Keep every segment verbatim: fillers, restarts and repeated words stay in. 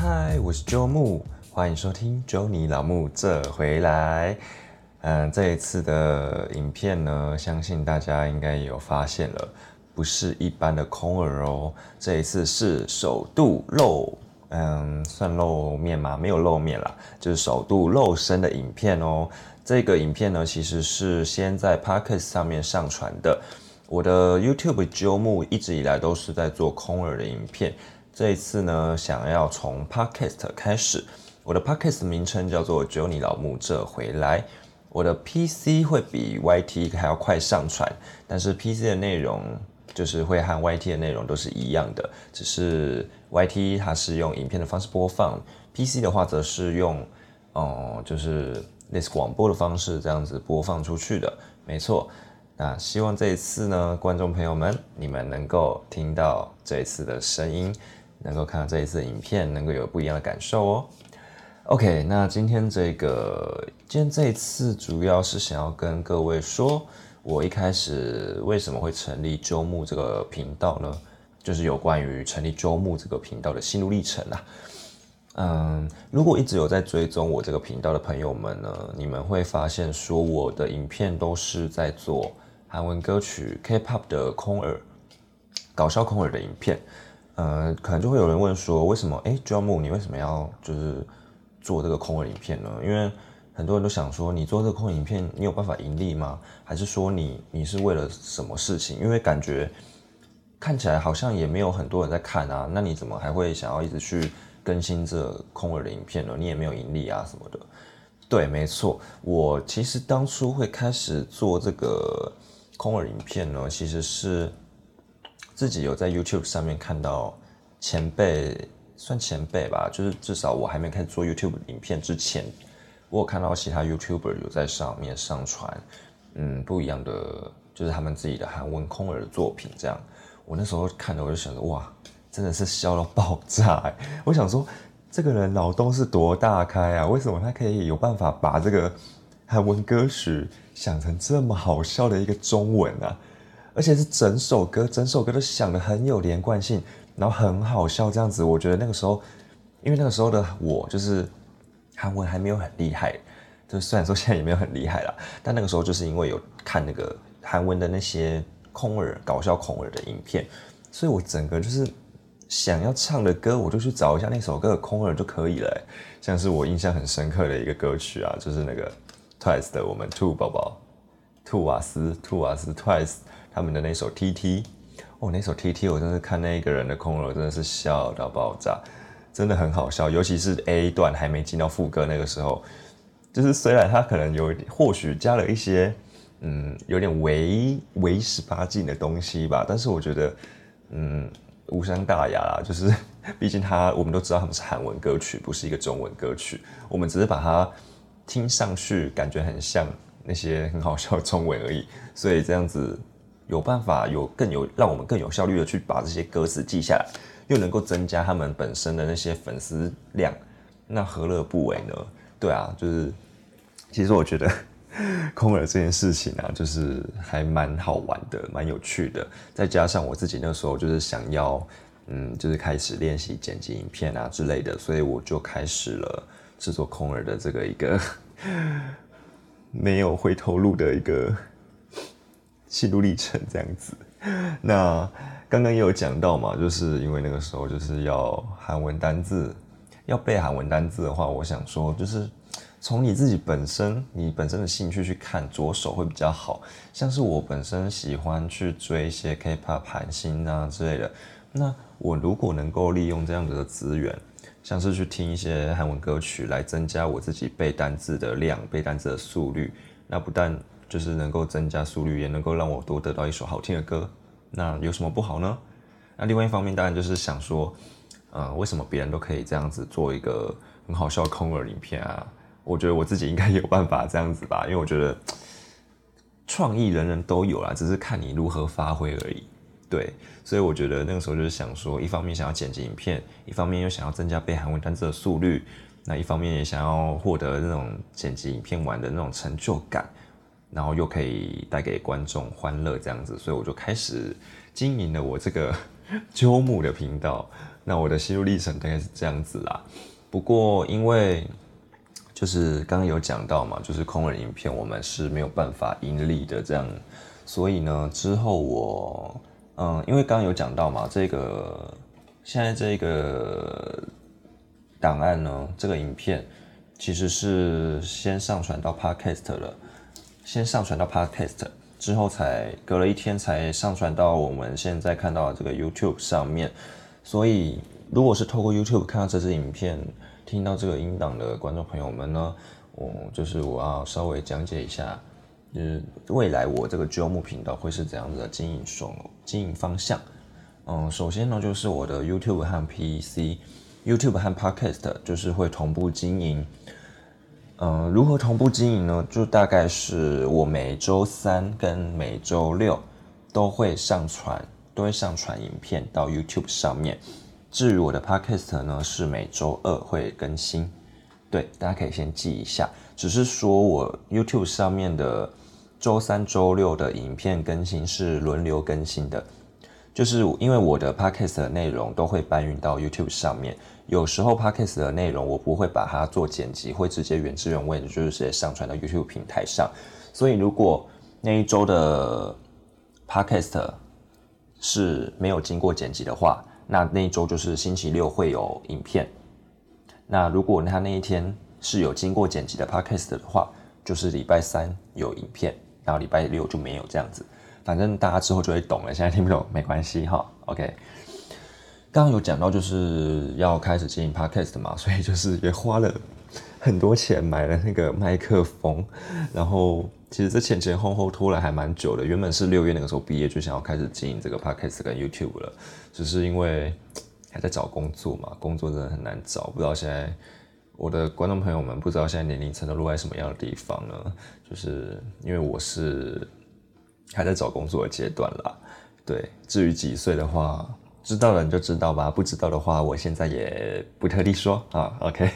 嗨，我是周木，欢迎收听周尼老木这回来。嗯，这一次的影片呢，相信大家应该也有发现了，不是一般的空耳哦，这一次是首度露，嗯，算露面吗？没有露面啦，就是首度露身的影片哦。这个影片呢，其实是先在 Podcast 上面上传的。我的 YouTube 周木一直以来都是在做空耳的影片。这一次呢，想要从 Podcast 开始，我的 Podcast 名称叫做九你老木这回来。我的 P C 会比 Y T 还要快上传，但是 P C 的内容就是会和 Y T 的内容都是一样的，只是 Y T 它是用影片的方式播放 ，P C 的话则是用，嗯，就是类似广播的方式这样子播放出去的，没错。那希望这一次呢，观众朋友们，你们能够听到这一次的声音。能够看到这一次的影片，能够有不一样的感受哦。OK， 那今天这个，今天这一次主要是想要跟各位说，我一开始为什么会成立周木这个频道呢？就是有关于成立周木这个频道的心路历程啊。嗯，如果一直有在追踪我这个频道的朋友们呢，你们会发现说我的影片都是在做韩文歌曲 K-pop 的空耳，搞笑空耳的影片。呃，可能就会有人问说，为什么？哎 ，John Mu， 你为什么要就是做这个空耳影片呢？因为很多人都想说，你做这个空耳影片，你有办法盈利吗？还是说你你是为了什么事情？因为感觉看起来好像也没有很多人在看啊，那你怎么还会想要一直去更新这空耳的影片呢？你也没有盈利啊什么的。对，没错，我其实当初会开始做这个空耳影片呢，其实是自己有在 YouTube 上面看到前辈，算前辈吧，就是至少我还没开始做 YouTube 影片之前，我有看到其他 YouTuber 有在上面上传，嗯，不一样的，就是他们自己的韩文空耳的作品，这样。我那时候看的，我就想着，哇，真的是笑到爆炸欸！我想说，这个人脑洞是多大开啊？为什么他可以有办法把这个韩文歌曲想成这么好笑的一个中文啊？而且是整首歌，整首歌都想得很有连贯性，然后很好笑，这样子。我觉得那个时候，因为那个时候的我就是韩文还没有很厉害，就虽然说现在也没有很厉害啦，但那个时候就是因为有看那个韩文的那些空耳搞笑空耳的影片，所以我整个就是想要唱的歌，我就去找一下那首歌的空耳就可以了欸。像是我印象很深刻的一个歌曲啊，就是那个 Twice 的《我们兔宝宝》，兔瓦斯，兔瓦斯 Twice。他们的那首 T T， 哦，那首 T T 我真是看那一个人的空耳真的是笑到爆炸，真的很好笑，尤其是 A 段还没进到副歌那个时候，就是虽然他可能有或许加了一些嗯有点违违十八禁的东西吧，但是我觉得嗯无伤大雅啦，就是毕竟他我们都知道他们是韩文歌曲，不是一个中文歌曲，我们只是把它听上去感觉很像那些很好笑的中文而已，所以这样子。有办法有更有让我们更有效率的去把这些歌词记下来，又能够增加他们本身的那些粉丝量，那何乐不为呢？对啊，就是其实我觉得空耳这件事情啊，就是还蛮好玩的，蛮有趣的。再加上我自己那时候就是想要，嗯，就是开始练习剪辑影片啊之类的，所以我就开始了制作空耳的这个一个没有回头路的一个。心路历程这样子，那刚刚也有讲到嘛，就是因为那个时候就是要韩文单字，要背韩文单字的话，我想说就是从你自己本身，你本身的兴趣去看，着手会比较好。像是我本身喜欢去追一些 K-pop 韩星啊之类的，那我如果能够利用这样子的资源，像是去听一些韩文歌曲来增加我自己背单字的量、背单字的速率，那不但就是能够增加速率，也能够让我多得到一首好听的歌，那有什么不好呢？那另外一方面，当然就是想说，呃，为什么别人都可以这样子做一个很好笑的空耳影片啊？我觉得我自己应该有办法这样子吧，因为我觉得创意人人都有啦，只是看你如何发挥而已。对，所以我觉得那个时候就是想说，一方面想要剪辑影片，一方面又想要增加背韩文单字的速率，那一方面也想要获得那种剪辑影片完的那种成就感。 然后又可以带给观众欢乐这样子，所以我就开始经营了我这个鸠木的频道。那我的心路历程大概是这样子啦。不过因为就是刚刚有讲到嘛，就是空人影片我们是没有办法盈利的这样，所以呢之后我嗯，因为刚刚有讲到嘛，这个现在这个档案呢，这个影片其实是先上传到 Podcast 了，先上传到 Podcast 之后才隔了一天才上传到我们现在看到的这个 YouTube 上面，所以如果是透过 YouTube 看到这支影片，听到这个音档的观众朋友们呢，我就是我要稍微讲解一下，就是未来我这个鸠木频道会是怎样子的经营手经营方向。嗯，首先呢，就是我的 YouTube 和 P C、YouTube 和 Podcast 就是会同步经营。嗯，如何同步经营呢？就大概是我每周三跟每周六都会上传，都会上传影片到 YouTube 上面。至于我的 Podcast 呢，是每周二会更新。对，大家可以先记一下。只是说我 YouTube 上面的周三、周六的影片更新是轮流更新的，就是因为我的 Podcast 的内容都会搬运到 YouTube 上面。有时候 Podcast 的内容我不会把它做剪辑，会直接原汁原味的，就是直接上传到 YouTube 平台上。所以如果那一周的 Podcast 是没有经过剪辑的话，那那一周就是星期六会有影片。那如果他那一天是有经过剪辑的 Podcast 的话，就是礼拜三有影片，然后礼拜六就没有这样子。反正大家之后就会懂了，现在听不懂没关系哈。OK。刚刚有讲到就是要开始经营 Podcast 嘛，所以就是也花了很多钱买了那个麦克风，然后其实这前前后后拖了还蛮久的。原本是六月那个时候毕业就想要开始经营这个 Podcast 跟 YouTube 了，只是因为还在找工作嘛，工作真的很难找，不知道现在我的观众朋友们不知道现在年龄层都落在什么样的地方呢？就是因为我是还在找工作的阶段啦，对，至于几岁的话。知道的人就知道吧，不知道的话，我现在也不特地说啊。OK，OK，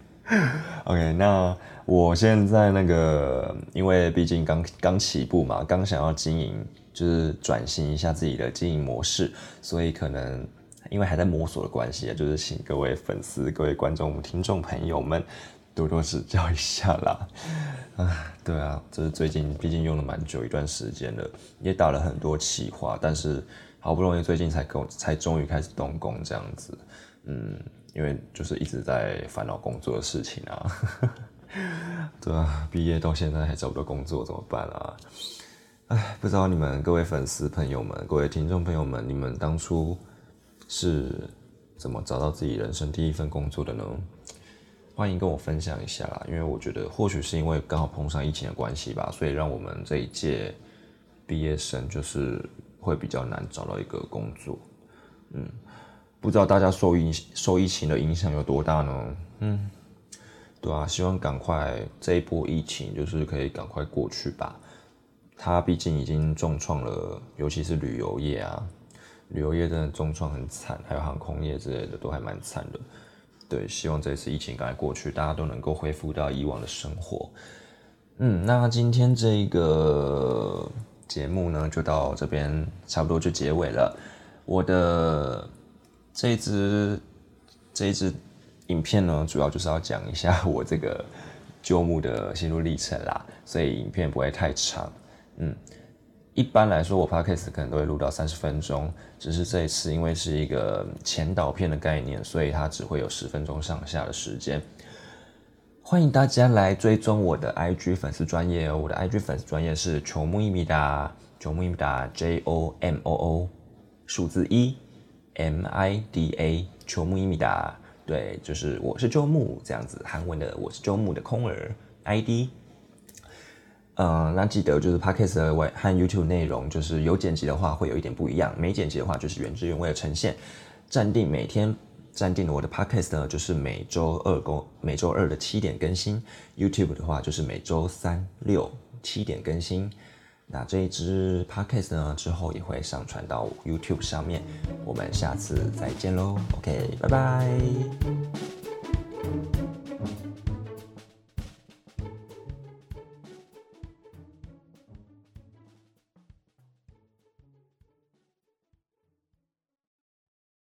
okay, 那我现在那个，因为毕竟刚刚起步嘛，刚想要经营，就是转型一下自己的经营模式，所以可能因为还在摸索的关系，就是请各位粉丝、各位观众、听众朋友们多多指教一下啦。啊，对啊，这是最近毕竟用了蛮久一段时间了，也打了很多企划，但是。好不容易最近才够，才终于开始动工这样子，嗯，因为就是一直在烦恼工作的事情啊，对啊，毕业到现在还找不到工作怎么办啊？哎，不知道你们各位粉丝朋友们、各位听众朋友们，你们当初是怎么找到自己人生第一份工作的呢？欢迎跟我分享一下啦，因为我觉得或许是因为刚好碰上疫情的关系吧，所以让我们这一届毕业生就是。会比较难找到一个工作，嗯，不知道大家受疫受疫情的影响有多大呢？嗯，对啊，希望赶快这一波疫情就是可以赶快过去吧。它毕竟已经重创了，尤其是旅游业啊，旅游业真的重创很惨，还有航空业之类的都还蛮惨的。对，希望这次疫情赶快过去，大家都能够恢复到以往的生活。嗯，那今天这个。节目呢就到这边差不多就结尾了。我的这一支这一支影片呢，主要就是要讲一下我这个鸠木的心路历程啦，所以影片不会太长。嗯，一般来说我 Podcast 可能都会录到三十分钟，只是这一次因为是一个前导片的概念，所以它只会有十分钟上下的时间。欢迎大家来追踪我的 I G 粉丝专页哦，我的 I G 粉丝专页是球木一米达，球木一米达 J O M O O 数字一 M I D A 球木一米达，对，就是我是鸠木这样子，韩文的我是鸠木的空儿 I D。呃，那记得就是 Podcast 和 YouTube 内容，就是有剪辑的话会有一点不一样，没剪辑的话就是原汁原味的呈现，暂定每天。暂定我的 Podcast 呢，就是每周二公每周二的七点更新 ，YouTube 的话就是每周三六七点更新。那这一支 Podcast 呢，之后也会上传到 YouTube 上面。我们下次再见喽 ，OK， 拜拜。